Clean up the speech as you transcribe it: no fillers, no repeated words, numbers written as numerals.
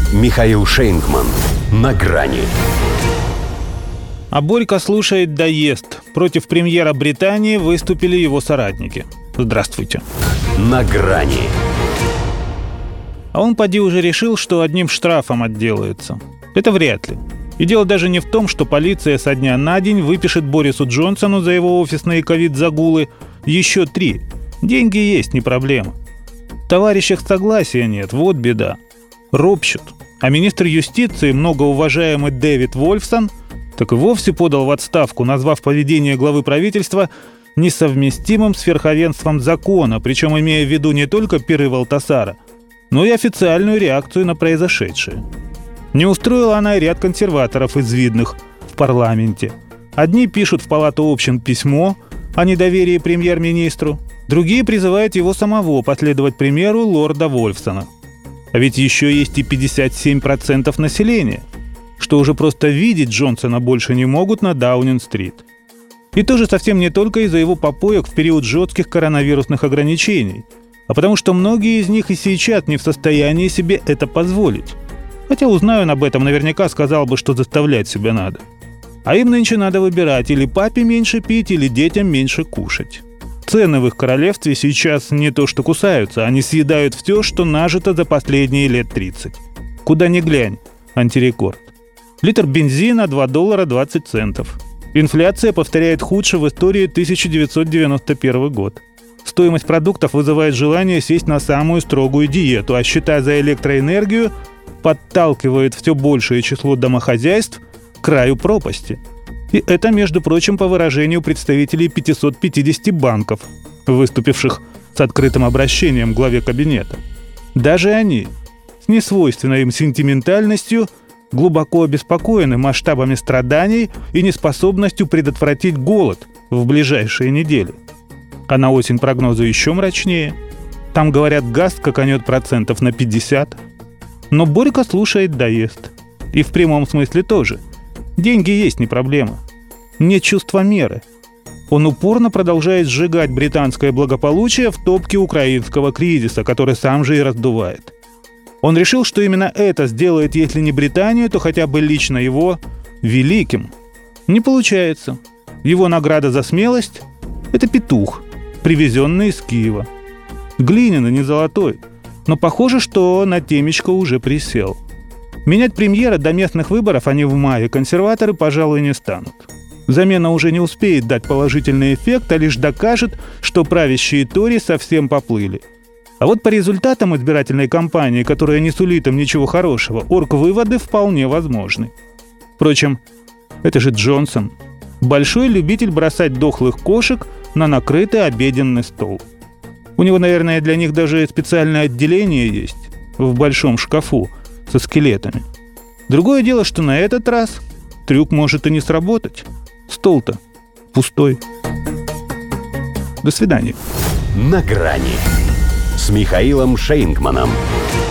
Михаил Шейнгман. На грани. А Борька слушает «Доест». Против премьера Британии выступили его соратники. Здравствуйте. На грани. А он поди уже решил, что одним штрафом отделается. Это вряд ли. И дело даже не в том, что полиция со дня на день выпишет Борису Джонсону за его офисные ковид-загулы еще 3. Деньги есть, не проблема. В товарищах согласия нет, вот беда. Ропщут. А министр юстиции, многоуважаемый Дэвид Вольфсон, так и вовсе подал в отставку, назвав поведение главы правительства несовместимым с верховенством закона, причем имея в виду не только пиры Валтасара, но и официальную реакцию на произошедшее. Не устроила она и ряд консерваторов из видных в парламенте. Одни пишут в Палату общин письмо о недоверии премьер-министру, другие призывают его самого последовать примеру лорда Вольфсона. А ведь еще есть и 57% населения, что уже просто видеть Джонсона больше не могут на Даунинг-стрит. И тоже совсем не только из-за его попоек в период жестких коронавирусных ограничений, а потому что многие из них и сейчас не в состоянии себе это позволить. Хотя узнаю он об этом, наверняка сказал бы, что заставлять себя надо. А им нынче надо выбирать: или папе меньше пить, или детям меньше кушать. Цены в их королевстве сейчас не то что кусаются, они съедают все, что нажито за последние лет 30. Куда ни глянь, антирекорд. Литр бензина $2.20. Инфляция повторяет худший в истории 1991 год. Стоимость продуктов вызывает желание сесть на самую строгую диету, а счета за электроэнергию подталкивает все большее число домохозяйств к краю пропасти. И это, между прочим, по выражению представителей 550 банков, выступивших с открытым обращением к главе кабинета. Даже они, с несвойственной им сентиментальностью, глубоко обеспокоены масштабами страданий и неспособностью предотвратить голод в ближайшие недели. А на осень прогнозы еще мрачнее. Там, говорят, газ скаканет процентов на 50. Но Борька слушает «Доест». И в прямом смысле тоже. Деньги есть, не проблема. Нет чувства меры. Он упорно продолжает сжигать британское благополучие в топке украинского кризиса, который сам же и раздувает. Он решил, что именно это сделает, если не Британию, то хотя бы лично его великим. Не получается. Его награда за смелость – это петух, привезенный из Киева. Глиняный, не золотой. Но похоже, что на темечко уже присел. Менять премьера до местных выборов, а не в мае, консерваторы, пожалуй, не станут. Замена уже не успеет дать положительный эффект, а лишь докажет, что правящие Тори совсем поплыли. А вот по результатам избирательной кампании, которая не сулит им ничего хорошего, орг-выводы вполне возможны. Впрочем, это же Джонсон. Большой любитель бросать дохлых кошек на накрытый обеденный стол. У него, наверное, для них даже специальное отделение есть в большом шкафу со скелетами. Другое дело, что на этот раз трюк может и не сработать. Стол-то пустой. До свидания. На грани с Михаилом Шейнгманом.